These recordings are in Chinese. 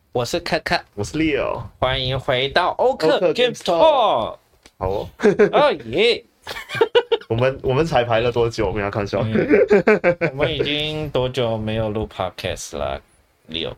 我是克克， 我是 Leo， 欢迎回到欧克 Games Talk。 好哦， 哦耶！ 我们彩排了多久？没有开玩笑。 我们已经多久没有录 Podcast 了？Leo，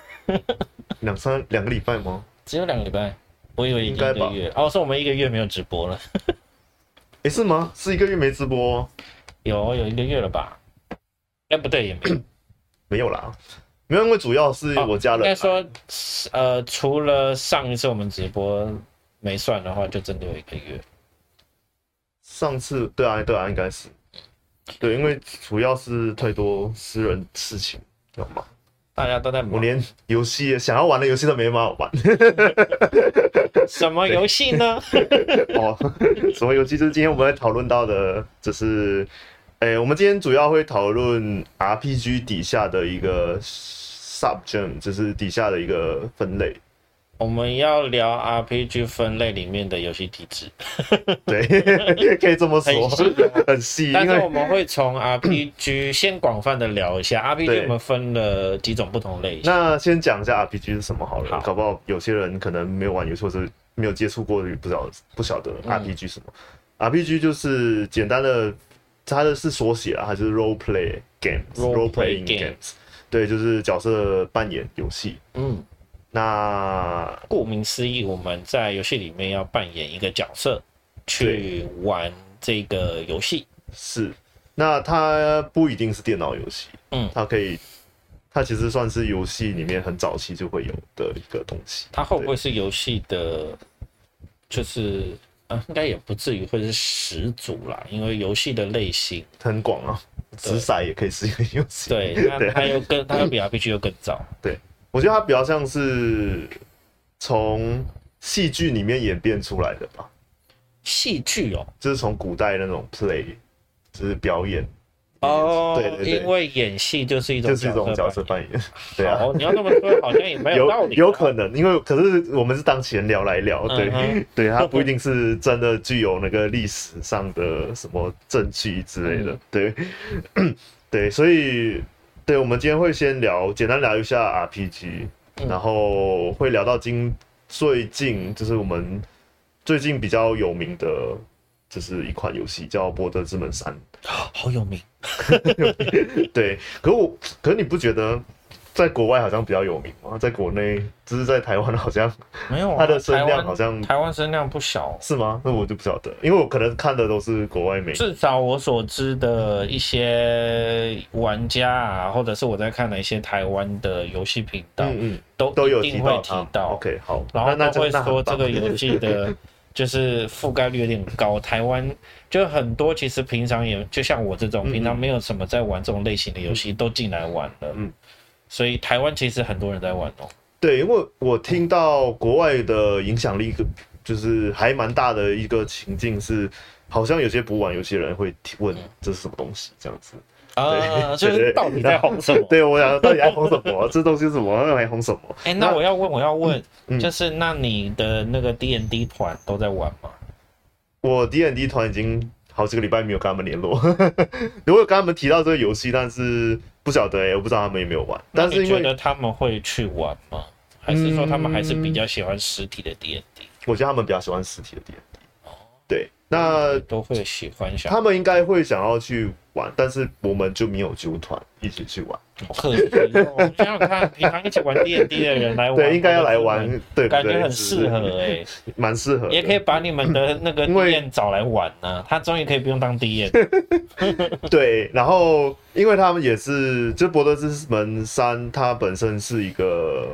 两个礼拜吗？ 只有2个礼拜，我以为已经1个月。哦，是我们1个月没有直播了。 诶，是吗？是1个月没直播？ 有1个月了吧？哎，不对，也没有。 没有啦，没有，因为主要是我家人。 应该说，除了上一次我们直播没算的话，就真的有1个月。 上次对啊，应该是对，因为主要是太多私人事情要忙， 大家都在忙。 我连游戏想要玩的游戏都没办法玩。 什么游戏呢？ 哦，什么游戏？就是今天我们会讨论到的，就是我们今天主要会讨论 RPG 底下的一个 subgenre， 就是底下的一个分类。 我们要聊 RPG 分类里面的游戏体制。 对，可以这么说，很细。 但是我们会从 RPG 先广泛的聊一下 RPG， 我们分了几种不同类型。 那先讲一下 RPG 是什么好了， 好， 搞不好有些人可能没有玩游戏，或者没有接触过，不晓得 RPG 什么。RPG 就是简单的，它的是缩写啊，它就是 role play games，role playing games， 对，就是角色扮演游戏。那顾名思义，我们在游戏里面要扮演一个角色，去玩这个游戏。 是，那它不一定是电脑游戏，它其实算是游戏里面很早期就会有的一个东西。 它会不会是游戏的，就是应该也不至于会是始祖啦，因为游戏的类型很广啊，掷骰也可以是一个游戏。 对，那它又比 RPG 又更早。 对。我觉得它比较像是从戏剧里面演变出来的吧。 戏剧哦， 就是从古代那种 play， 就是表演。 哦， 对， 因为演戏就是一种角色扮演。对啊， 你要这么说好像也没有道理。 有可能，因为可是我们是当闲聊来聊，对，对，它不一定是真的具有那个历史上的什么证据之类的，对，对，所以。对，我们今天会先简单聊一下 RPG，然后会聊到最近就是我们最近比较有名的，就是一款游戏叫《博德之门3》， 好有名。 对，可是你不觉得在国外好像比较有名吗？在国内，就是在台湾好像没有， 它的声量好像台湾声量不小， 是吗？那我就不晓得，因为我可能看的都是国外媒体。 至少我所知的一些玩家啊，或者是我在看的一些台湾的游戏频道，都有一定会提到。 OK， 好， 然后都会说这个游戏的，就是覆盖率有点高。台湾就很多，其实平常也就像我这种，平常没有什么在玩这种类型的游戏，都进来玩了。所以台湾其实很多人在玩哦。 对，因为我听到国外的影响力，就是还蛮大的一个情境是，好像有些不玩游戏的人会问这是什么东西这样子。 就是到底在红什么？ 对，我想到底在红什么？这东西是什么？还红什么？ 那我要问，就是那你的那个 D&D 团都在玩吗？ 我 D&D 团已经好几个礼拜没有跟他们联络。我有跟他们提到这个游戏，但是不晓得我不知道他们有没有玩。但是你觉得他们会去玩吗？还是说他们还是比较喜欢实体的 D&D？ 我觉得他们比较喜欢实体的 D&D。对，那都会喜欢他们应该会想要去玩，但是我们就没有揪团一起去玩。 可惜哦，想想看，平常一起玩 D&D 的人来玩， 对，应该要来玩，对， 感觉很适合蛮适合。 也可以把你们的那个 DM 找来玩呢，他终于可以不用当 DM。 对，然后因为他们也是，就《博德之门3》，它本身是一个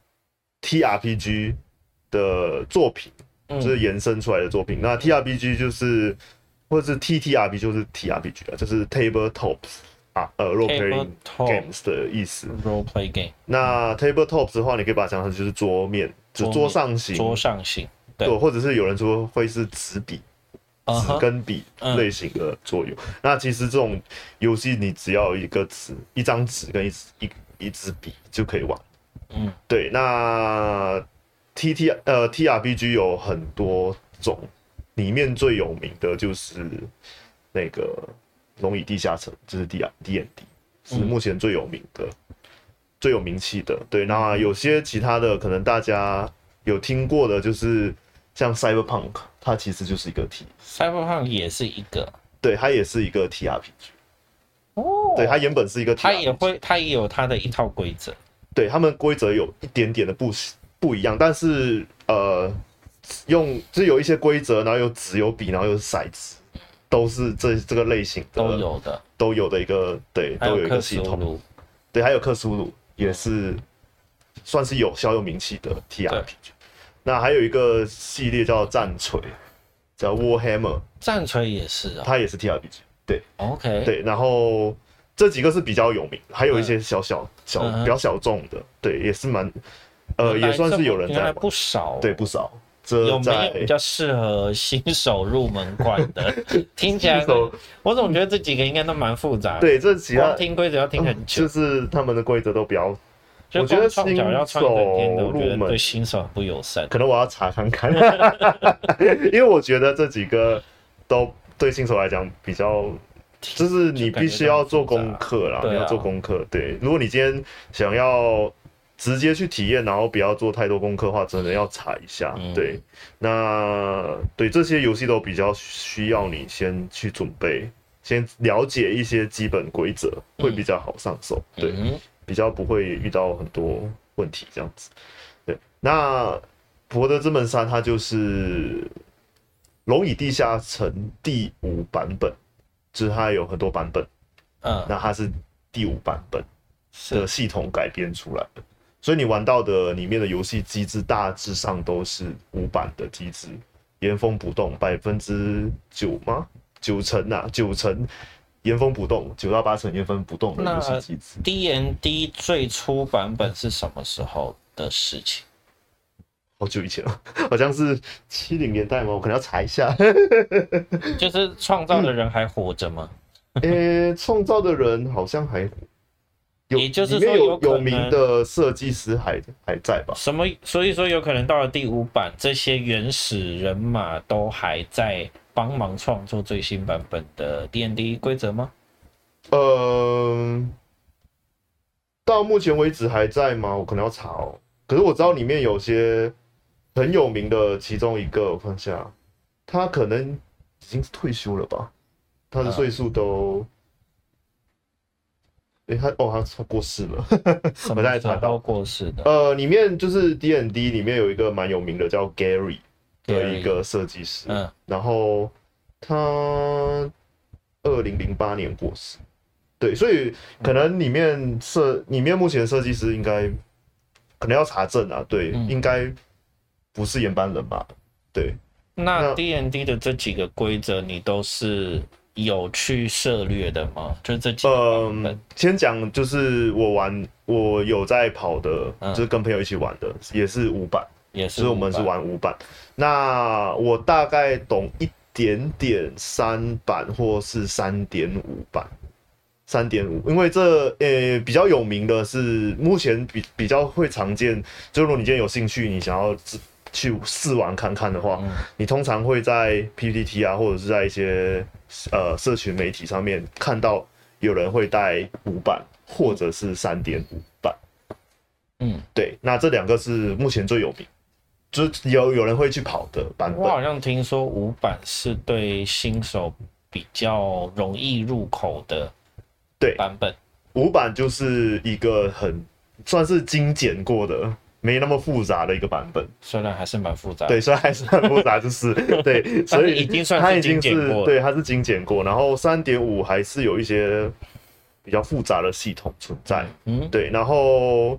TRPG 的作品。就是延伸出来的作品。那 TRPG 就是或者是 TTRPG 就是 TRPG 啊，就是 Tabletops role playing games 的意思。 role play game。 那 Tabletops 的话，你可以把它想成就是桌面，就桌上型。对，或者是有人说会是纸跟笔类型的桌游。那其实这种游戏你只要一张纸跟一支笔就可以玩。对，那TRPG 有很多种，里面最有名的就是那个《龙与地下城》，就是 D&D， 是目前最有名的。 最有名气的。对，那有些其他的可能大家有听过的，就是像 Cyberpunk， 它其实就是一个 Cyberpunk 也是一个， 对，它也是一个 TRPG。哦，对，它原本是一个 TRPG， 它也有它的一套规则。对， 他们规则有一点点的不一样，但是就是有一些规则，然后有纸有笔，然后有骰子，都是这个类型的都有的一个，对，都有一个系统。对，还有克苏鲁也是算是小有名气的 TRPG。那还有一个系列叫战锤，叫 Warhammer， 战锤也是啊， 它也是 TRPG。对 ，OK， 对，然后这几个是比较有名，还有一些比较小众的，对，也是蛮也算是有人在玩， 不少， 对，不少。 有没有比较适合新手入门款的？听起来我总觉得这几个应该都蛮复杂的。 对，这几个听规则要听很久， 就是他们的规则都比较。我觉得新手入门对新手很不友善。 可能我要查看看，因为我觉得这几个都对新手来讲比较，就是你必须要做功课啦，你要做功课。对，如果你今天想要直接去体验，然后不要做太多功课的话，真的要查一下。对，那对这些游戏都比较需要你先去准备，先了解一些基本规则，会比较好上手。对，比较不会遇到很多问题这样子。对，那《博德之门3》它就是《龙与地下城》第5版本，就是它有很多版本。那它是第5版本的系统改编出来的。所以你玩到的里面的游戏机制大致上都是5版的机制，原封不动9%吗？9%原封不动，9到8成原封不动的游戏机制。 D&D 最初版本是什么时候的事情？ 好久以前了，好像是70年代吗？我可能要查一下。 就是创造的人还活着吗？ 创造的人好像还活。 也就是说有名的设计师还在吧？ 所以说有可能到了第5版，这些原始人马都还在帮忙创作最新版本的 D&D 规则吗？ 到目前为止还在吗？我可能要查哦。可是我知道里面有些很有名的，其中一个我看一下，他可能已经退休了吧？他的岁数都。他过世了， 我刚才查到过世的。 里面就是 D&D 里面有一个蛮有名的叫 Gary 的一个设计师，然后他2008年过世，对，所以可能里面目前的设计师应该可能要查证啊，对，应该不是原班人马，对。 那 D&D 的这几个规则，你都是有去涉猎的吗？就是这几个版本。 先讲就是我有在跑的，就是跟朋友一起玩的，也是5版，所以我们是玩5版。那我大概懂一点点3版或是3.5版，3.5，因为这比较有名的是目前比较会常见，就如果你今天有兴趣，你想要去试玩看看的话，你通常会在 PTT 啊，或者是在一些社群媒体上面看到有人会带5版或者是3.5版。对，那这2个是目前最有名，就是有人会去跑的版本。 我好像听说5版是对新手比较容易入口的版本。 5版就是一个算是精简过的。没那么复杂的一个版本， 虽然还是蛮复杂的。 对，虽然还是很复杂，就是对，所以已经算是精简过了。 对，它是精简过。然后3.5还是有一些比较复杂的系统存在。对。然后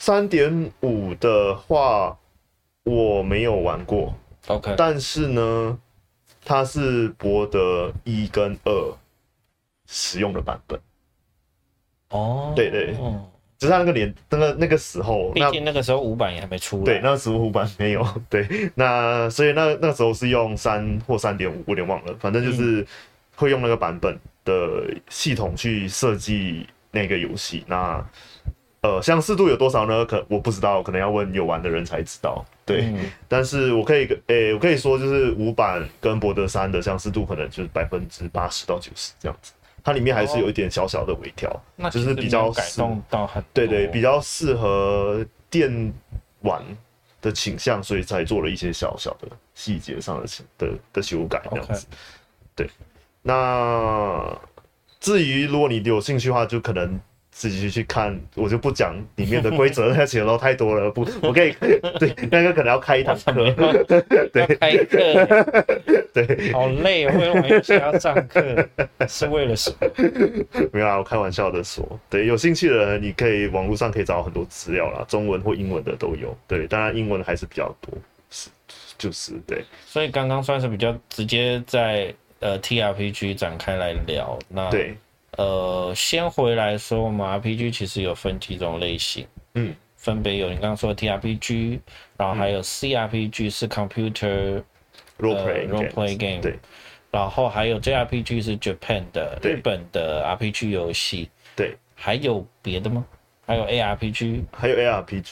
3.5的话，我没有玩过。 OK。 但是呢，它是博德1跟2使用的版本。 哦。 对。只是他那个时候， 毕竟那个时候5版也还没出来。 对，那时候5版没有。对，所以那时候是用3或3.5，我有点忘了，反正就是会用那个版本的系统去设计那个游戏。那相似度有多少呢？我不知道，可能要问有玩的人才知道。对，但是我可以说，就是5版跟博德3的相似度可能就是80%到90%这样子。 它里面还是有一点小小的微调，就是比较改动到很多，对，比较适合电玩的倾向，所以才做了一些小小的细节上的修改这样子。对，那至于如果你有兴趣的话，就可能自己去看，我就不讲里面的规则，那写的太多了，我可以对那个可能要开一堂课， 对，开课， 对， 好累，会玩游戏要上课，是为了什么？ 没有啊，我开玩笑的说，对，有兴趣的人，你可以网络上可以找到很多资料啦，中文或英文的都有，对，当然英文还是比较多，就是对。 所以刚刚算是比较直接在TRPG 展开来聊，那对。 先回来说，我们 RPG 其实有分几种类型，分别有你刚刚说的 TRPG， 然后还有 CRPG 是 Computer Role-Play Game， 对， 然后还有 JRPG 是 Japan 的日本的 RPG 游戏， 对， 还有别的吗？还有 ARPG， 还有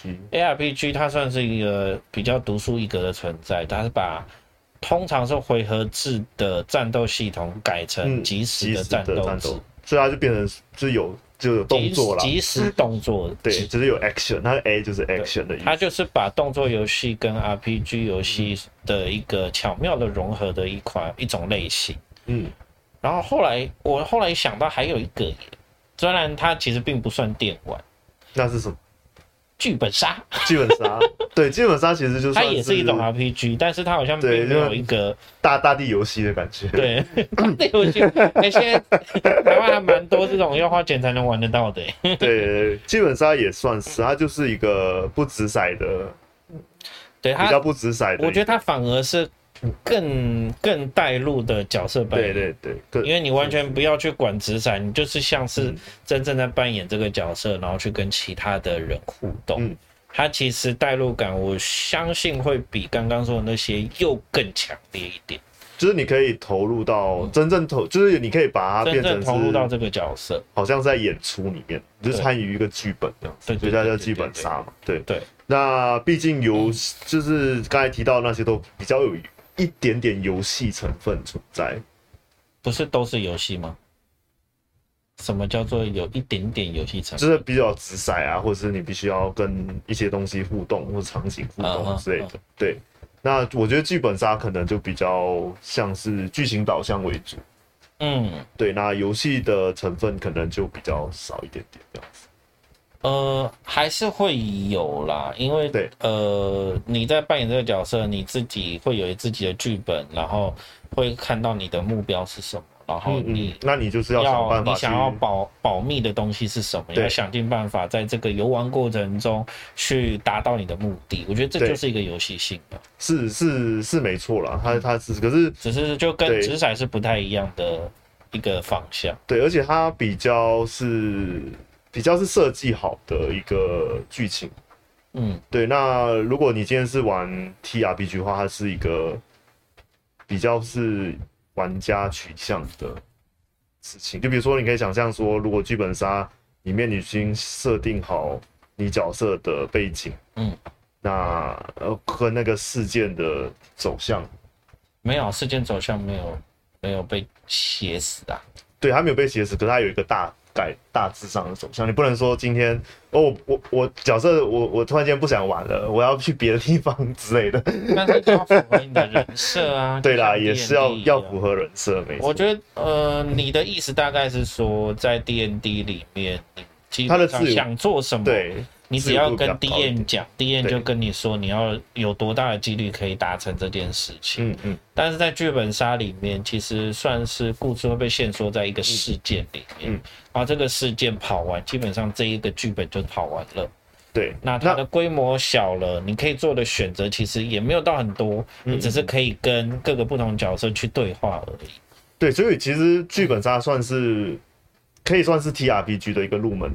ARPG 它算是一个比较独树一格的存在，它是把通常是回合制的战斗系统改成即时的战斗制。 所以它就变成就有动作啦， 即时动作， 对，就是有 action， 它的 A 就是 action 的意思。 它就是把动作游戏跟 RPG 游戏的一个巧妙的融合的一种类型。然后我后来想到还有一个，虽然它其实并不算电玩， 那是什么？ 剧本杀， 对，剧本杀其实就是它也是一种 RPG， 但是它好像并没有一个大地游戏的感觉。 对，大地游戏，现在台湾还蛮多这种要花钱才能玩得到的。 对，剧本杀也算是，它就是一个不掷骰的， 对， 比较不掷骰的。 我觉得它反而是更带入的角色扮演， 对， 因为你完全不要去管掷骰，你就是像是真正在扮演这个角色，然后去跟其他的人互动。它其实带入感，我相信会比刚刚说的那些又更强烈一点。 就是你可以投入到真正就是你可以把它变成真正投入到这个角色， 好像在演出里面，你就参与一个剧本这样子，所以它叫剧本杀嘛。对。那毕竟就是刚才提到那些都比较有一点点游戏成分存在， 不是都是游戏吗？什么叫做有一点点游戏成分？ 就是比较掷骰啊，或者是你必须要跟一些东西互动，或者场景互动之类的。对，那我觉得剧本杀可能就比较像是剧情导向为主。对，那游戏的成分可能就比较少一点点这样子。 还是会有啦，因为你在扮演这个角色，你自己会有自己的剧本，然后会看到你的目标是什么，然后那你就是要想办法， 你想要保密的东西是什么，你要想尽办法在这个游玩过程中去达到你的目的。我觉得这就是一个游戏性的， 是没错啦，它是，可是只是就跟掷骰是不太一样的一个方向。 对，而且它比较是设计好的一个剧情。对。那如果你今天是玩 TRPG 的话，它是一个比较是玩家取向的事情。就比如说，你可以想象说，如果剧本杀里面你已经设定好你角色的背景，那和那个事件的走向， 没有事件走向没有被写死啊。 对，他没有被写死，可是他有一个大致上的走向。你不能说今天我角色我突然间不想玩了，我要去别的地方之类的。 但是要符合你的人设啊。 对啦，也是要符合人设，没错。 我觉得你的意思大概是说，在 D&D 里面，你基本上想做什么， 对， 你只要跟 DM 讲，DM 就跟你说你要有多大的几率可以达成这件事情。但是在剧本杀里面，其实算是故事会被限缩在一个事件里面，然后这个事件跑完，基本上这一个剧本就跑完了。 对， 那它的规模小了，你可以做的选择其实也没有到很多，你只是可以跟各个不同角色去对话而已。 对，所以其实剧本杀可以算是 TRPG 的一个入门。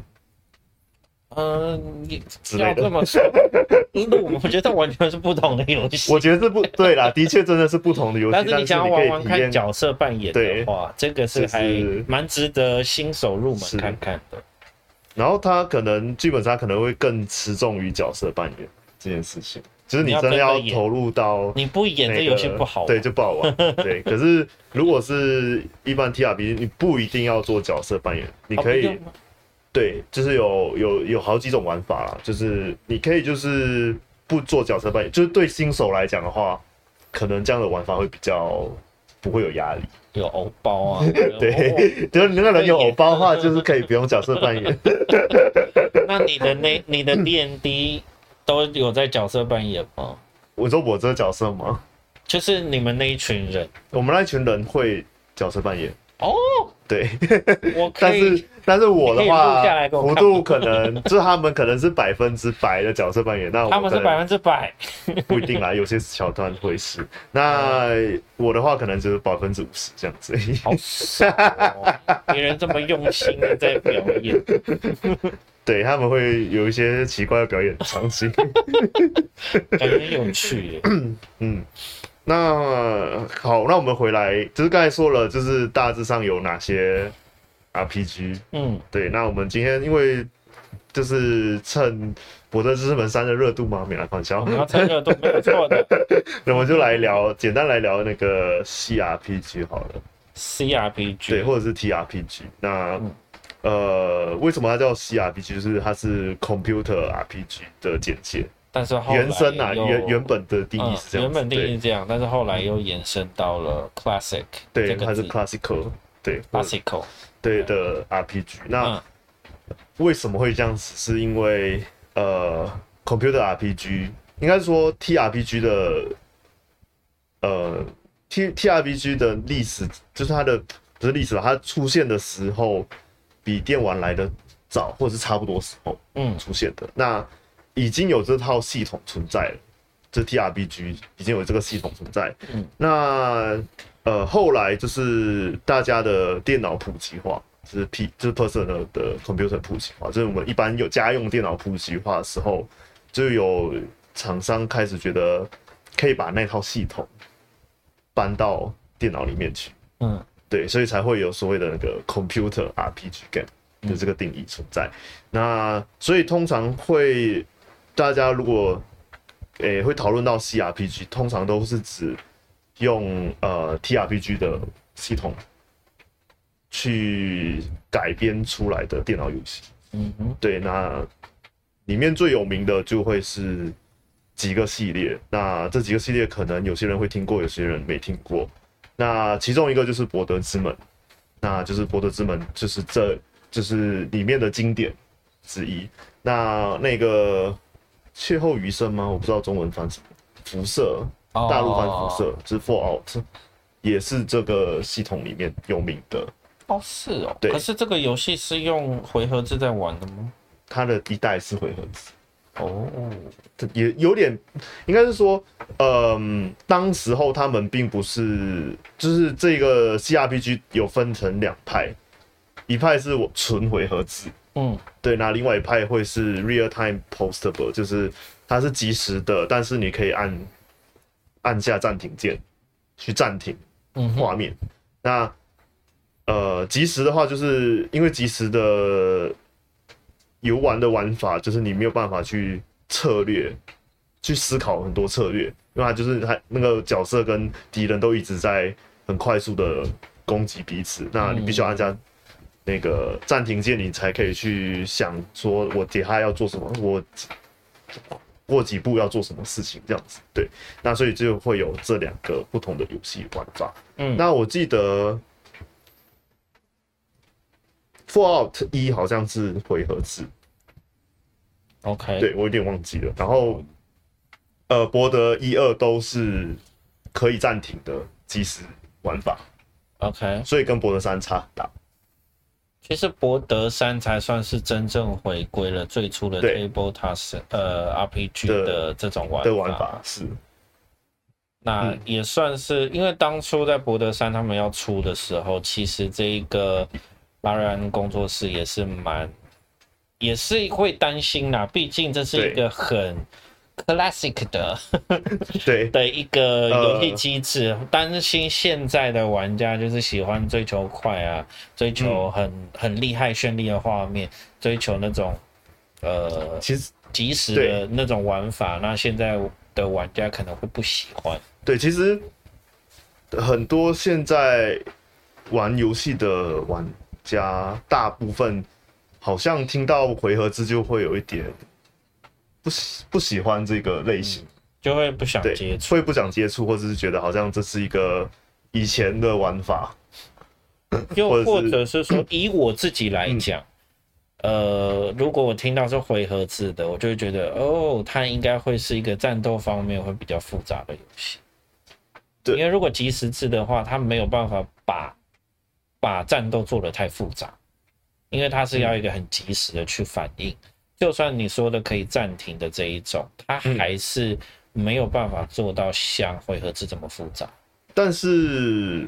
要这么说，我觉得完全是不同的游戏。 我觉得是对啦，的确真的是不同的游戏。 但是你想要玩看角色扮演的话，这个是还蛮值得新手入门看看的。 然后他可能剧本杀可能会更吃重于角色扮演这件事情。 就是你真的要投入到、 你不演这游戏不好玩， 对，就不好玩。对，可是如果是一般 TRPG， 你不一定要做角色扮演，你可以，对，就是有好几种玩法啦，就是你可以就是不做角色扮演，就是对新手来讲的话，可能这样的玩法会比较不会有压力。 有偶包啊， 对，就是那个人有偶包的话，就是可以不用角色扮演。 那你的 D&D 都有在角色扮演吗？ 我说我这个角色吗？ 就是你们那一群人， 我们那一群人会角色扮演。 哦， 对， 我可以， 但是我的话，幅度可能就是他们可能是100%的角色扮演，那他们是100%， 不一定啦，有些小团会是。那我的话可能就是50%这样子。 好爽哦，别人这么用心的在表演， 对，他们会有一些奇怪的表演场景， 感觉很有趣耶。 那好，那我们回来，就是刚才说了，就是大致上有哪些 RPG。对。那我们今天因为就是趁《博德之门3》的热度嘛，没来开玩笑， 我们要趁热度没有错的。 那我们就简单来聊那个 CRPG 好了。 CRPG 对，或者是 TRPG。那为什么它叫 CRPG？ 就是它是 Computer RPG 的简介。 但是后来原生啊，原本的定义是这样子， 原本定义是这样，但是后来又延伸到了 classic， 对，它是 classical， 对 classical， 对的 RPG。那为什么会这样子？是因为computer RPG 应该说 TRPG 的TRPG 的历史，就是它的不是历史吧，它出现的时候比电玩来的早，或者是差不多时候出现的。那已经有这套系统存在了，这 TRPG 已经有这个系统存在。那后来就是大家的电脑普及化，就是 personal 的 computer 普及化，就是我们一般有家用电脑普及化的时候，就有厂商开始觉得可以把那套系统搬到电脑里面去。对，所以才会有所谓的那个 computer RPG game 的这个定义存在。那所以通常会。大家如果会讨论到 CRPG， 通常都是指用TRPG 的系统去改编出来的电脑游戏。对，那里面最有名的就会是几个系列。那这几个系列可能有些人会听过，有些人没听过。那其中一个就是《博德之门》，那就是《博德之门》就是里面的经典之一。那个。邂逅余生吗？我不知道中文翻什么。辐射，大陆翻辐射，就是 Fallout， 也是这个系统里面有名的。 是哦。 对。 可是这个游戏是用回合制在玩的吗？ 它的一代是回合制。也有点，应该是说，当时候他们并不是，就是这个 CRPG 有分成2派，一派是纯回合制。对，那另外一派会是 real time postable， 就是它是即时的，但是你可以按下暂停键去暂停画面。那即时的话，就是因为即时的游玩的玩法，就是你没有办法去策略，去思考很多策略，因为它就是那个角色跟敌人都一直在很快速的攻击彼此，那你必须要按下。那个暂停键，你才可以去想说，我接下来要做什么，我过几步要做什么事情，这样子。对，那所以就会有这2个不同的游戏玩法。那我记得 Fallout 1好像是回合制。 OK， 对我有点忘记了。然后博德1、2都是可以暂停的即时玩法。 OK， 所以跟博德3差很大。 其实博德3才算是真正回归了最初的 Tabletop RPG 的这种玩法是。 那也算是，因为当初在博德3他们要出的时候，其实这一个拉瑞安工作室也是会担心啦，毕竟这是一个很 classic 的对的一个游戏机制，担心现在的玩家就是喜欢追求快啊，追求很厉害绚丽的画面，追求那种其实即时的那种玩法。那现在的玩家可能会不喜欢。 对，其实很多现在玩游戏的玩家，大部分好像听到回合制就会有一点不喜欢这个类型， 就会不想接触， 会不想接触，或者是觉得好像这是一个以前的玩法， 又或者是说，以我自己来讲，如果我听到是回合制的，我就会觉得哦，它应该会是一个战斗方面会比较复杂的游戏。对，因为如果即时制的话，它没有办法把战斗做得太复杂，因为它是要一个很及时的去反应。就算你说的可以暂停的这一种，它还是没有办法做到像回合制这么复杂。 但是，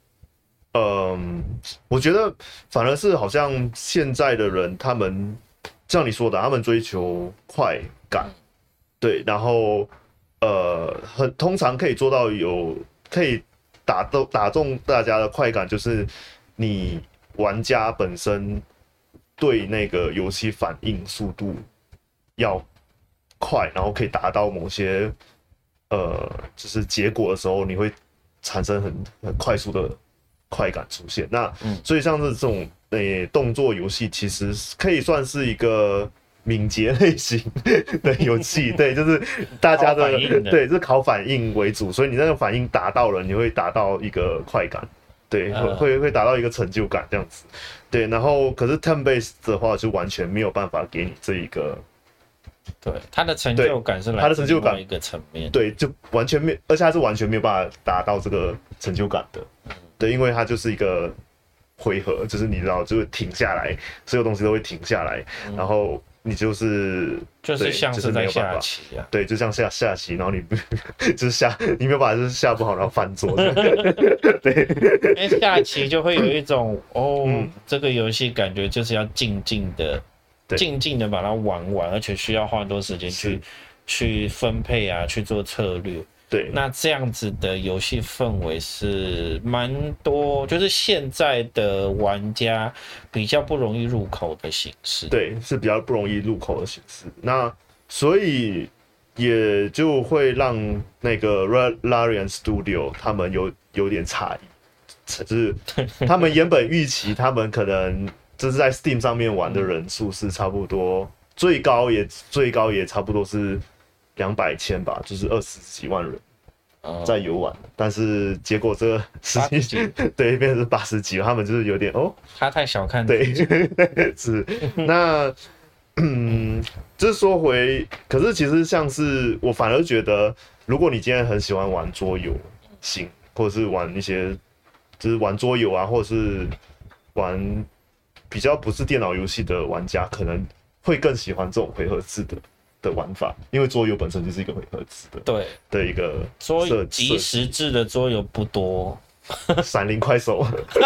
我觉得反而是好像现在的人，他们像你说的，他们追求快感，对，然后通常可以做到可以打中大家的快感，就是你玩家本身对那个游戏反应速度要快，然后可以达到某些就是结果的时候，你会产生很快速的快感出现。那所以像是这种动作游戏，其实可以算是一个敏捷类型的游戏，对，就是大家的对，是考反应为主，所以你那个反应达到了，你会达到一个快感。对，会达到一个成就感这样子，对，然后可是 turn base 的话就完全没有办法给你这一个， 对，它的成就感是来自另外一个层面， 对，就完全没，而且它是完全没有办法达到这个成就感的，对，因为它就是一个回合，就是你知道，就会停下来，所有东西都会停下来，然后你就是像是在下棋啊， 对，就像下棋，然后你就是你没有办法，就是下不好然后翻桌，对， 因为下棋就会有一种这个游戏感觉就是要静静的把它玩完，而且需要花很多时间去分配啊，去做策略。 对， 那这样子的游戏氛围是蛮多，就是现在的玩家比较不容易入口的形式。 对，是比较不容易入口的形式。那所以也就会让那个 Larian Studio 他们有点诧异，就是他们原本预期他们可能就是在 Steam 上面玩的人数是差不多，最高也差不多是200千吧，就是20几万人在游玩，但是结果这个对变成是80几，他们就是有点他太小看对是那就是说回，可是其实像是我反而觉得，如果你今天很喜欢玩桌游型，或者是玩一些就是玩桌游啊，或者是玩比较不是电脑游戏的玩家，可能会更喜欢这种回合制的玩法，因为桌游本身就是一个回合制的， 对的一个桌游，即时制的桌游不多， 闪灵快手，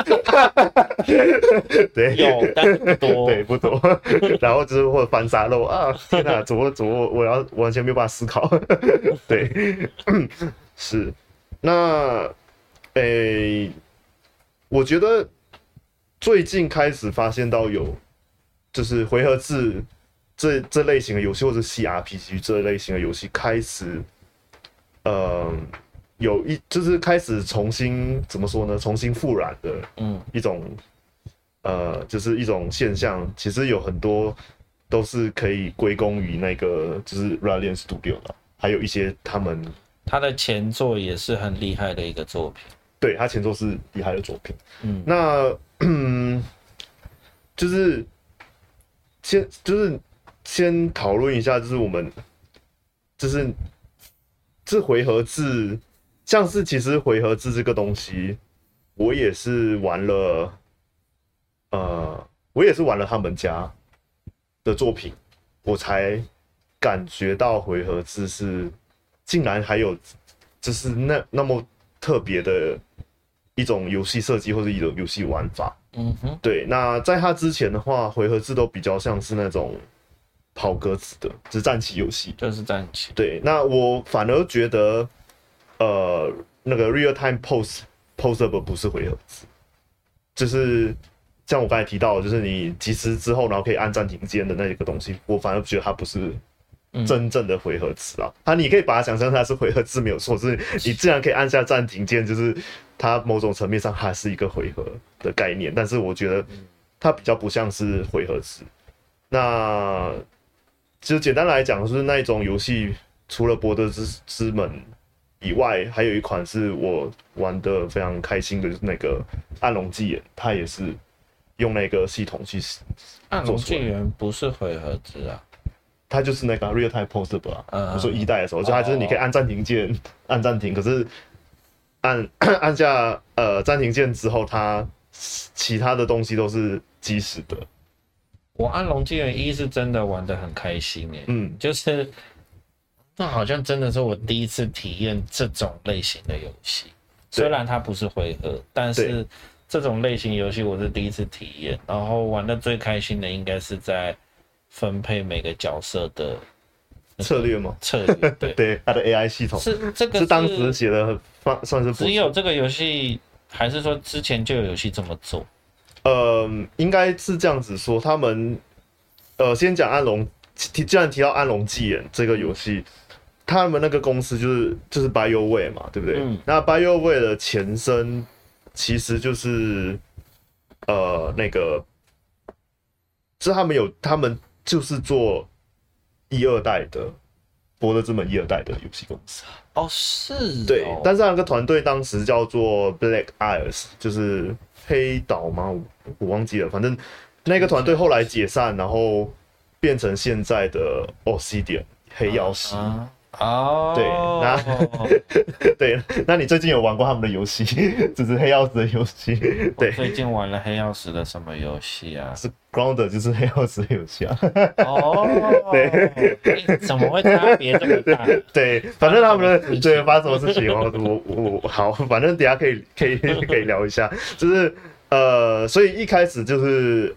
对， 有但不多， 对，不多。然后就是或者翻沙漏啊，天哪，怎么我要完全没有办法思考，对，是。那我觉得最近开始发现到有就是回合制。这类型的游戏，或者 CRPG 这类型的游戏开始，就是开始重新怎么说呢？重新复燃的一种，就是一种现象。其实有很多都是可以归功于那个就是 Larian Studio 的，还有一些他的前作也是很厉害的一个作品。 对，他前作是厉害的作品。那就是先讨论一下，就是我们就是这回合制，像是其实回合制这个东西，我也是玩了他们家的作品，我才感觉到回合制是竟然还有就是那么特别的一种游戏设计或者一种游戏玩法。对。那在它之前的话，回合制都比较像是那种跑格子的，就是战棋游戏， 就是战棋。 对，那我反而觉得，那个 real time posable 不是回合制，就是像我刚才提到的，就是你即时之后，然后可以按暂停键的那个东西，我反而觉得它不是真正的回合制啊。你可以把它想象它是回合制没有错，是你自然可以按下暂停键，就是它某种层面上还是一个回合的概念，但是我觉得它比较不像是回合制。那就简单来讲，就是那一种游戏，除了博德之门以外，还有一款是我玩的非常开心的，就是那个暗龙纪元，它也是用那个系统去做出来。 暗龙纪元不是回合制啊， 它就是那个 real time postable 啊。我说一代的时候，就它就是你可以按暂停键，按暂停，可是按下暂停键之后，它其他的东西都是即时的。 我暗龙纪元1是真的玩得很开心就是那好像真的是我第一次体验这种类型的游戏，虽然它不是回合，但是这种类型游戏我是第一次体验，然后玩的最开心的应该是在分配每个角色的策略吗？ 策略，对对，它的 AI 系统是这个是当时写的，算是只有这个游戏，还是说之前就有游戏这么做？ 应该是这样子说，他们先讲暗龙，既然提到暗龙纪元这个游戏，他们那个公司就是 BioWare 嘛，对不对？那 BioWare 的前身其实就是那个，就是他们就是做1、2代的《博德之门》1、2代的游戏公司。 哦，是对，但是那个团队当时叫做 Black Isles， 就是黑岛吗？我忘记了，反正那个团队后来解散，然后变成现在的 Obsidian 黑曜石。对，那你最近有玩过他们的游戏？就是黑曜石的游戏。对， 最近玩了黑曜石的什么游戏啊？ 是 Grounded， 就是黑曜石的游戏啊。 对，怎么会差别这么大？ 对，反正他们对发生什么事情，我好，反正等一下可以聊一下，就是所以一开始就是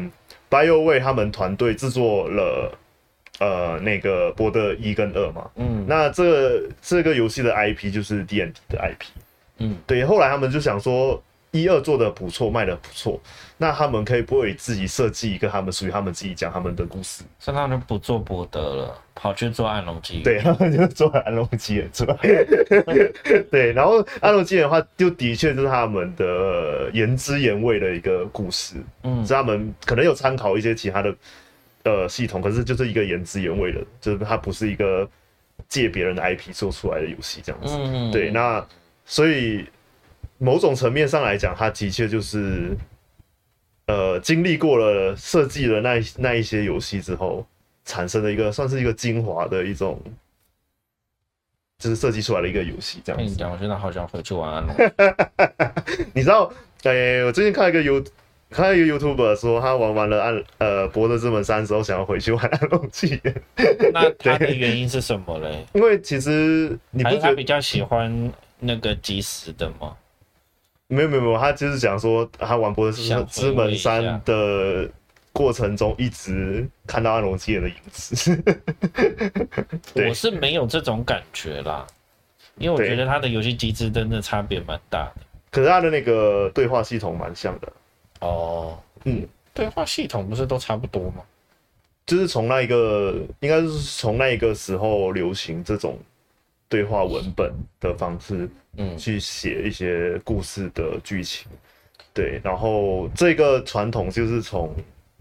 BioWare 他们团队制作了。那个博德1跟2嘛，那这个游戏的 IP 就是 D&D 的 IP，对，后来他们就想说1、2做的不错，卖的不错，那他们可以不可以自己设计一个他们属于他们自己讲他们的故事？ 所以他们不做博德了，跑去做暗龙纪元。 对，他们就做暗龙纪元出来。对，然后暗龙纪元的话，就的确就是他们的原汁原味的一个故事，是他们可能有参考一些其他的。系统，可是就是一个原汁原味的，就是它不是一个借别人的 IP 做出来的游戏这样子。对，那所以某种层面上来讲，它的确就是经历过了设计了那一些游戏之后，产生了一个算是一个精华的一种，就是设计出来的一个游戏这样子。 跟你讲，我现在好想回去玩暗龙。 你知道，我最近看一个YouTuber 说他玩完了博德之门3之后想要回去玩暗龙纪元。 那他的原因是什么嘞？ 因为其实你不觉得他比较喜欢那个即时的吗？ 没有，他就是讲说他玩博德之门3的过程中一直看到暗龙纪元的影子。 我是没有这种感觉啦，因为我觉得他的游戏机制真的差别蛮大的。 可是他的那个对话系统蛮像的。 对话系统不是都差不多吗？ 就是从那一个，应该是从那一个时候流行这种对话文本的方式，去写一些故事的剧情。对，然后这个传统就是从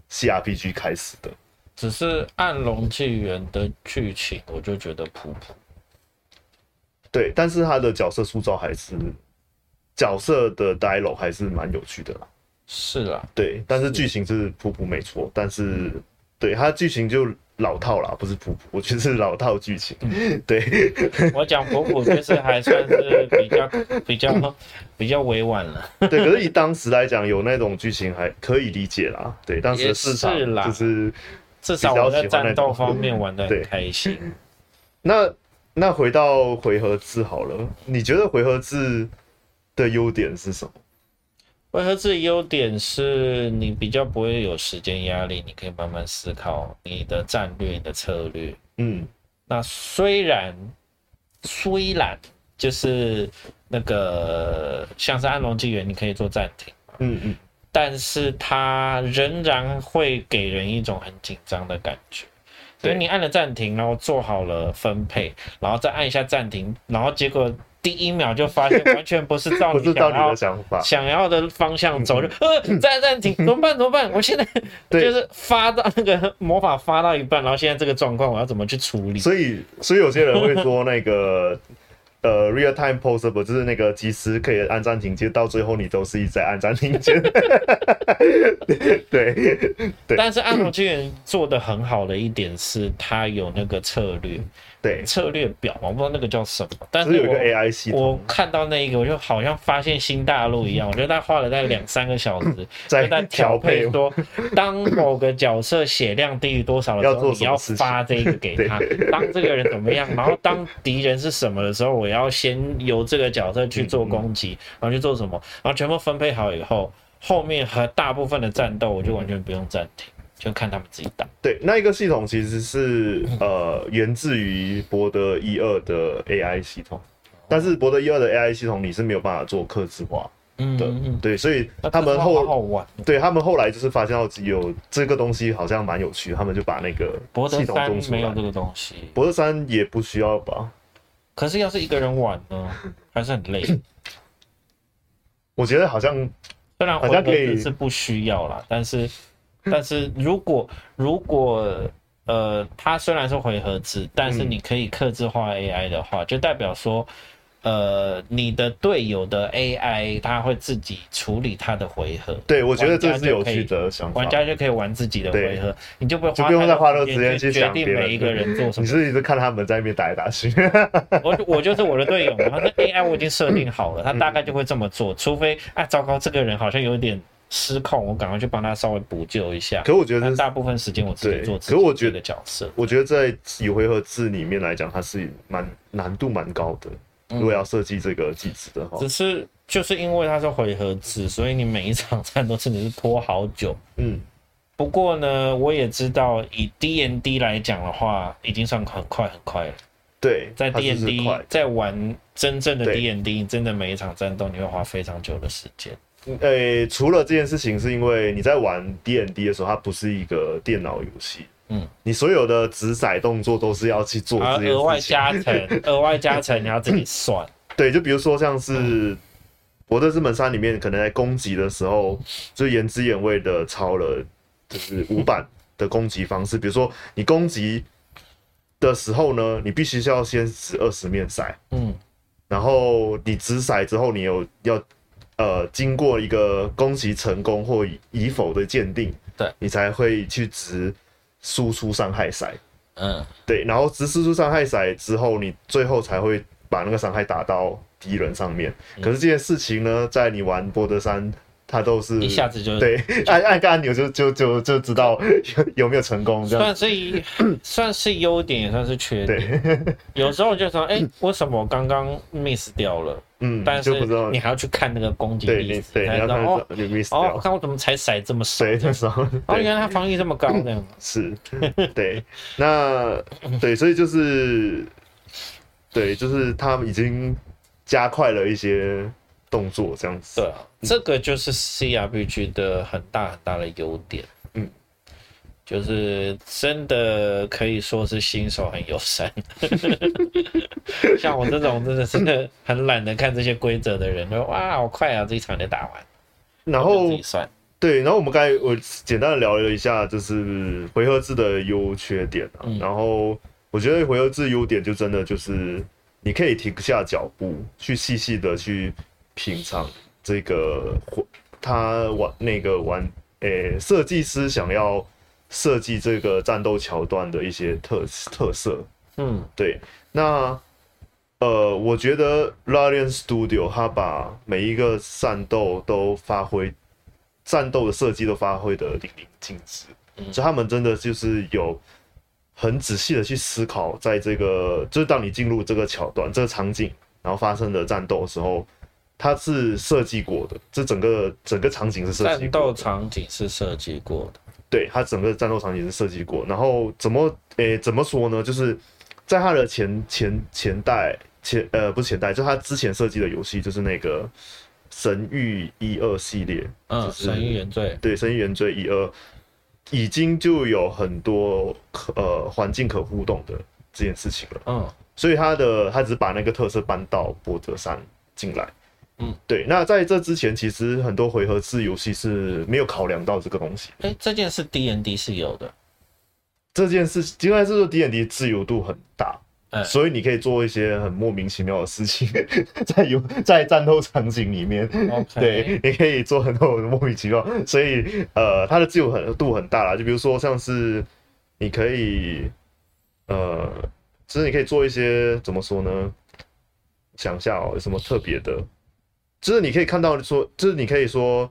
CRPG 开始的。 只是暗龙纪元的剧情，我就觉得普普。 对，但是他的角色塑造还是角色的 dialogue 还是蛮有趣的啦。 是啦， 对，但是剧情是普普没错，但是对它剧情就老套啦，不是普普，我觉得是老套剧情。对， 我讲普普就是还算是比较委婉了。 对，可是以当时来讲，有那种剧情还可以理解啦。对，当时的市场就是至少我在战斗方面玩得很开心。 那回到回合制好了，你觉得回合制的优点是什么？ 回合制的优点是你比较不会有时间压力，你可以慢慢思考你的战略、你的策略。那虽然就是那个像是暗龙纪元，你可以做暂停，但是它仍然会给人一种很紧张的感觉。 所以你按了暂停，然后做好了分配，然后再按一下暂停，然后结果第1秒就发现完全不是照你想要的方向走，就暂停，怎么办？我现在就是发到那个魔法发到一半，然后现在这个状况我要怎么去处理？ 所以有些人会说那个。real time postable 就是那个即时可以按暂停键，到最后你都是一直在按暂停键。对。 但是暗号纪元做的很好的一点是，它有那个策略。 对， 策略表嘛，我不知道那个叫什么，但是有一个 AI 系统。 我看到那一个，我就好像发现新大陆一样，我觉得他花了大概2-3个小时在调配，说当某个角色血量低于多少的时候，你要发这个给他；当这个人怎么样，然后当敌人是什么的时候，我要先由这个角色去做攻击，然后去做什么，然后全部分配好以后，后面和大部分的战斗我就完全不用暂停。就看他们自己打。 对，那一个系统其实是源自于博德1.2的 AI 系统，但是博德1.2的 AI 系统你是没有办法做客制化的，对，所以他们他们后来就是发现到有这个东西好像蛮有趣，他们就把那个系统做出来。 没有这个东西， 博德3也不需要吧？ 可是要是一个人玩呢，还是很累。 我觉得好像虽然回合制是不需要啦，但是如果它虽然是回合制，但是你可以客制化 AI 的话，就代表说你的队友的 AI 它会自己处理它的回合。 对，我觉得这是有趣的想法。 玩家就可以玩自己的回合，你就不用再花那个时间去决定每一个人做什么。 你是一直看他们在那边打来打去。 我就是我的队友嘛，那 AI 我已经设定好了，他大概就会这么做，除非糟糕，这个人好像有点失控，我赶快去帮他稍微补救一下。 可我觉得大部分时间我自己做自己的角色。 我觉得在以回合制里面来讲，它是难度蛮高的。如果要设计这个机制的话， 只是就是因为它是回合制，所以你每一场战斗真的是拖好久。不过呢，我也知道以 D&D 来讲的话，已经算很快了。 对， 在 D&D 在玩真正的 D&D， 真的每一场战斗你会花非常久的时间。 除了这件事情，是因为你在玩 D&D 的时候，它不是一个电脑游戏，你所有的掷骰动作都是要去做这件事情， 额外加成，你要自己算。 对，就比如说像是《博德之门3》里面，可能在攻击的时候，就言之有味的抄了就是5版的攻击方式，比如说你攻击的时候呢，你必须要先掷20面骰，然后你掷骰之后，你要经过一个攻击成功或已否的鉴定， 对， 你才会去掷输出伤害骰，对，然后掷输出伤害骰之后，你最后才会把那个伤害打到敌人上面。可是这件事情呢，在你玩博德3，它都是一下子就对按个按钮就知道有没有成功，这样算是优点也算是缺点。有时候就说，为什么我刚刚 miss 掉了？但是你还要去看那个攻击历史， 对，你要看你 miss 掉。 看我怎么才骰这么少？原来他防御这么高呢？ 是，对，对，所以就是他们已经加快了一些动作，这样子。 对啊，这个就是 CRPG 的很大的优点。就是真的可以说是新手很友善。像我这种真的是很懒得看这些规则的人，哇，好快啊，这一场就打完。 然后自己算。 对，然后我简单的聊了一下，就是回合制的优缺点然后我觉得回合制优点就真的就是你可以停下脚步，去细细的去品尝这个设计师想要设计这个战斗桥段的一些特色。对，那我觉得 Larian Studio 他把每一个战斗的设计都发挥的淋漓尽致，所以他们真的就是有很仔细的去思考，在这个就是当你进入这个桥段、这个场景，然后发生的战斗的时候，它是设计过的，这整个场景是设计过的， 战斗场景是设计过的。 对，它整个战斗场景是设计过，然后怎么说呢？就是在它的前代，不是前代，就它之前设计的游戏，就是那个神域1、2系列， 神域原罪， 对，神域原罪1、2， 已经就有很多环境可互动的这件事情了。所以他只把那个特色搬到博德山进来。对。那在这之前，其实很多回合制游戏是没有考量到这个东西。 这件事 D&D 是有的。 这件事应该是说 D&D 自由度很大。所以你可以做一些很莫名其妙的事情，在战斗场景里面，对，你可以做很多莫名其妙，所以它的自由度很大啦。就比如说像是你可以其实你可以做一些怎么说呢？想一下有什么特别的？就是你可以看到说，就是你可以说，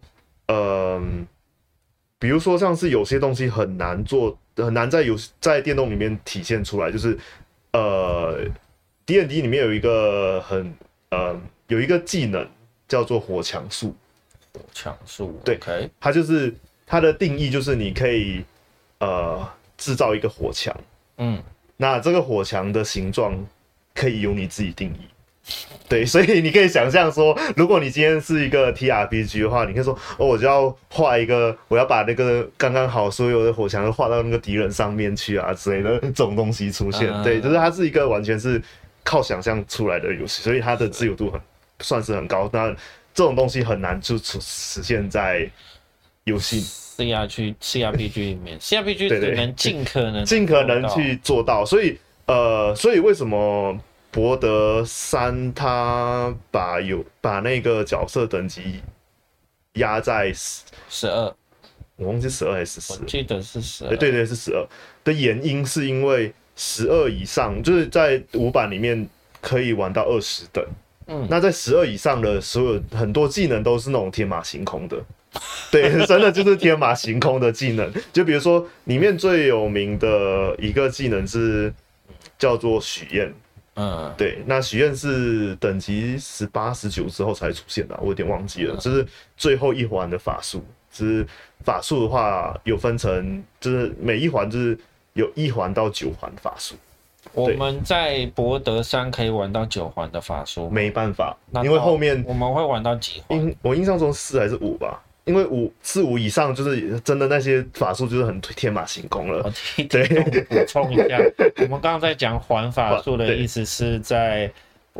比如说像是有些东西很难做，很难在电动里面体现出来，就是。D&D 里面有一个有一个技能叫做火墙术。 火墙术， 对，它就是它的定义就是你可以制造一个火墙。那这个火墙的形状可以由你自己定义。对，所以你可以想象说，如果你今天是一个 TRPG 的话，你可以说我就要画一个，我要把那个刚刚好所有的火墙都画到那个敌人上面去啊之类的这种东西出现。对，就是它是一个完全是靠想象出来的游戏，所以它的自由度算是很高。那这种东西很难就实现在游戏 CRPG 里面，CRPG 只能尽可能去做到。所以为什么？博德山他把那个角色等级压在 12， 我忘记12还是14， 我记得是12。 对，是12的原因是因为12以上，就是在5版里面可以玩到20等。那在12以上的所有很多技能都是那种天马行空的。对，真的就是天马行空的技能。就比如说里面最有名的一个技能是叫做许愿。对，那许愿是等级18、19之后才出现的，我有点忘记了。就是最后一环的法术，就是法术的话有分成，就是每一环就是有1环到9环法术。 我们在博德山可以玩到9环的法术， 没办法，因为后面我们会玩到几环？ 我印象中4还是5吧。因为5以上就是真的那些法术就是很天马行空了。 对，补充一下，我们刚刚在讲环法术的意思是在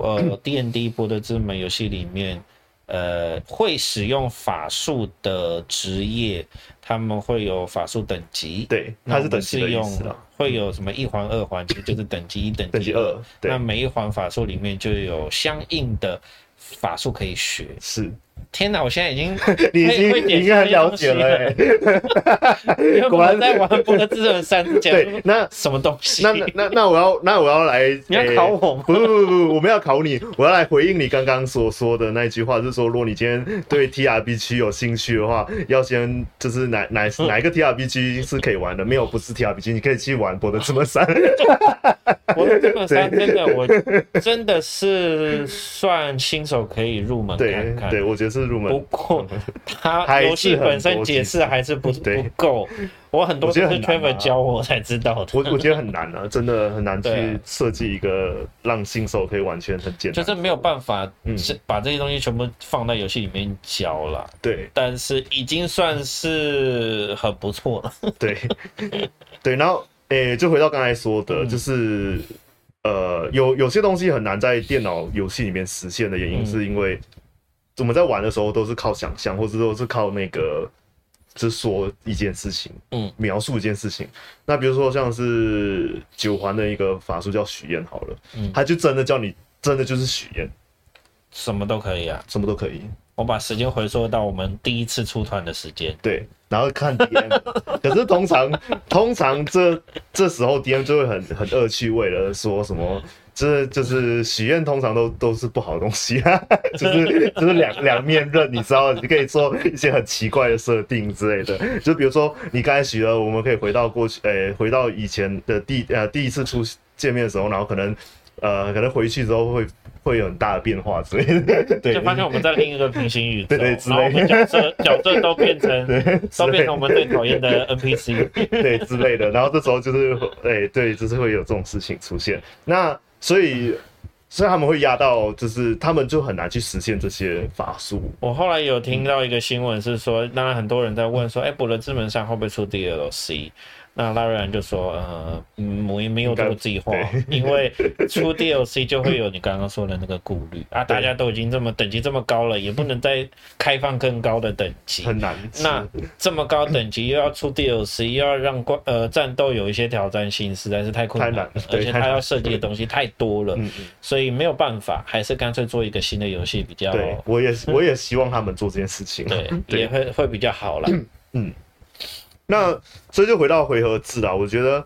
D&D 博德之门游戏里面，会使用法术的职业，他们会有法术等级。 对，它是等级的意思啦。 会有什么1环、2环，其实就是等级1、等级2。那每一环法术里面就有相应的法术可以学。 是。 天哪！我现在已经你应该很了解了果然在玩《博德之门3》之前， 对，那什么东西？ 那我要来， 你要考我吗？ 不，我们要考你。我要来回应你刚刚所说的那句话，就是说，如果你今天对 TRPG 有兴趣的话，要先就是哪一个 TRPG 是可以玩的？没有，不是 TRPG， 你可以去玩《博德之门3》。 博德之门3真的，我真的是算新手可以入门看看。 对，我觉得是入门。 不过它游戏本身解释还是不够，我很多都是 Trevor 教我才知道的。 我觉得很难啊，真的很难去设计一个让新手可以完全很简单， 就是没有办法把这些东西全部放在游戏里面教啦。 对， 但是已经算是很不错了。 对，然后就回到刚才说的，就是有些东西很难在电脑游戏里面实现的原因，是因为我们在玩的时候都是靠想象，或者说是靠那个就是说一件事情，描述一件事情。那比如说像是9环的一个法术叫许愿好了，他就真的叫你真的就是许愿， 什么都可以啊， 什么都可以。 我把时间回溯到我们第一次出团的时间， 对，然后看 DM， 可是通常这时候 DM 就会很恶趣味的说什么。就是许愿通常都是不好的东西啊，就是两面刃，你知道，你可以做一些很奇怪的设定之类的。就比如说你刚才许了，我们可以回到过去，回到以前的第一次见面的时候，然后可能回去之后会有很大的变化之类的，对， 就发现我们在另一个平行宇宙， 对之类的， 然后角色都变成我们最讨厌的 NPC， 对之类的。然后这时候就是，对，就是会有这种事情出现。那所以所以他们会压到，就是他们就很难去实现这些法术。 我后来有听到一个新闻是说，当然很多人在问说，博德之门3会不会出 DLC？那拉瑞安就说，没有这个计划，因为出 DLC 就会有你刚刚说的那个顾虑啊，大家都已经等级这么高了，也不能再开放更高的等级， 很难。 那这么高等级又要出 DLC， 又要让战斗有一些挑战性，实在是太困难了，而且它要设计的东西太多了，所以没有办法，还是干脆做一个新的游戏比较。 对，我也希望他们做这件事情， 对，也会比较好啦。 那所以就回到回合制啦，我觉得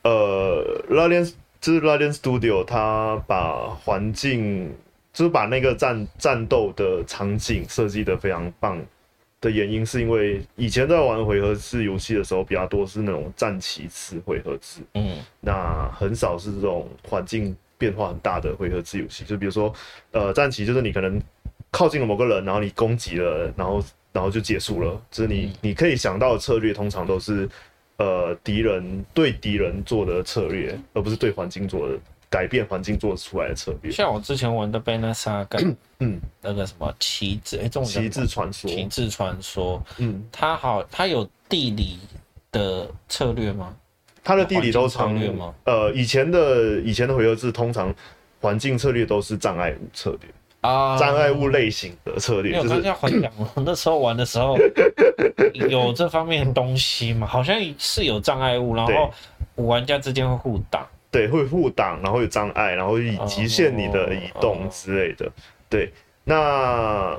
Larian Studio 他把环境就是把那个战斗的场景设计得非常棒的原因，是因为以前在玩回合制游戏的时候比较多是那种战棋式回合制，那很少是这种环境变化很大的回合制游戏，就比如说战棋就是你可能靠近了某个人，然后你攻击了，然后就结束了。就是你可以想到的策略，通常都是敌人对敌人做的策略，而不是对环境做的改变环境做出来的策略。 像我之前玩的《Banner Saga》，那个什么旗帜， 旗帜传说， 旗帜传说，它有地理的策略吗？ 它的地理都常吗？ 以前的回合制通常环境策略都是障碍物策略。障碍物类型的策略， 就是要回想我那时候玩的时候，有这方面的东西吗？好像是有障碍物，然后玩家之间会互挡， 对，会互挡，然后有障碍，然后以极限你的移动之类的，对。那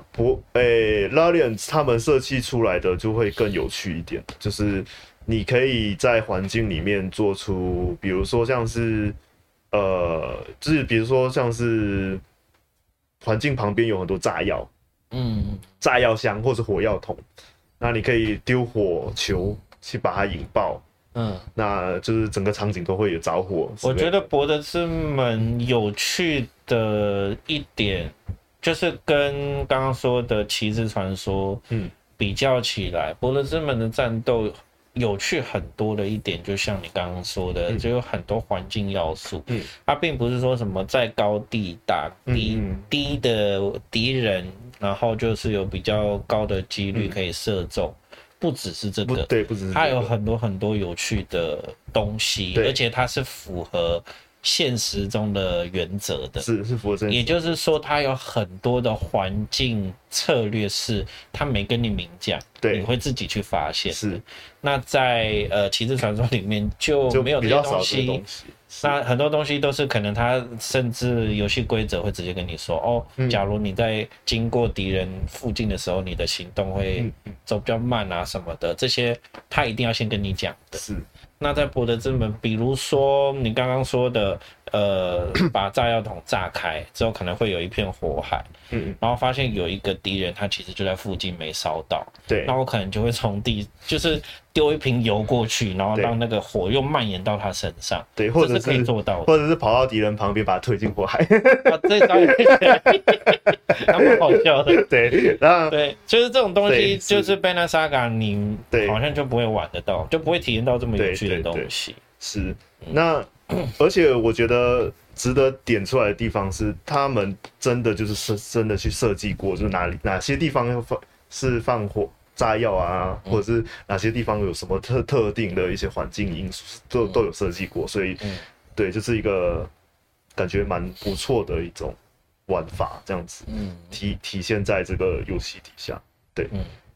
Larian 他们设计出来的就会更有趣一点，就是你可以在环境里面做出，比如说像是就是比如说像是。环境旁边有很多炸药，炸药箱或是火药桶，那你可以丢火球去把它引爆，那就是整个场景都会有着火。 我觉得博德之门有趣的一点，就是跟刚刚说的旗帜传说，比较起来，博德之门的战斗。有趣很多的一点，就像你刚刚说的，就有很多环境要素。它并不是说什么在高地打低的敌人，然后就是有比较高的几率可以射中，不只是这个， 对，不只是它有很多很多有趣的东西，而且它是符合现实中的原则的， 是符合真实。 也就是说，它有很多的环境策略是它没跟你明讲，你会自己去发现。 是。 那在旗帜传说里面就没有这些东西。那很多东西都是可能它甚至游戏规则会直接跟你说，假如你在经过敌人附近的时候，你的行动会走比较慢啊什么的，这些他一定要先跟你讲的。 是。 那在博德之门，比如说你刚刚说的，把炸药桶炸开之后，可能会有一片火海，然后发现有一个敌人，他其实就在附近没烧到， 对， 那我可能就会就是丢一瓶油过去，然后让那个火又蔓延到他身上， 对，或者是可以做到的， 或者是跑到敌人旁边把他推进火海， 这招也还蛮好笑的， 对，然后对，就是这种东西，就是 Banner Saga 你好像就不会玩得到，就不会体验到这么有趣的东西， 是那。而且我觉得值得点出来的地方是，他们真的就是真的去设计过，就是哪些地方是放炸药啊，或者是哪些地方有什么特定的一些环境因素，都有设计过，所以对，就是一个感觉蛮不错的一种玩法，这样子，体现在这个游戏底下，对，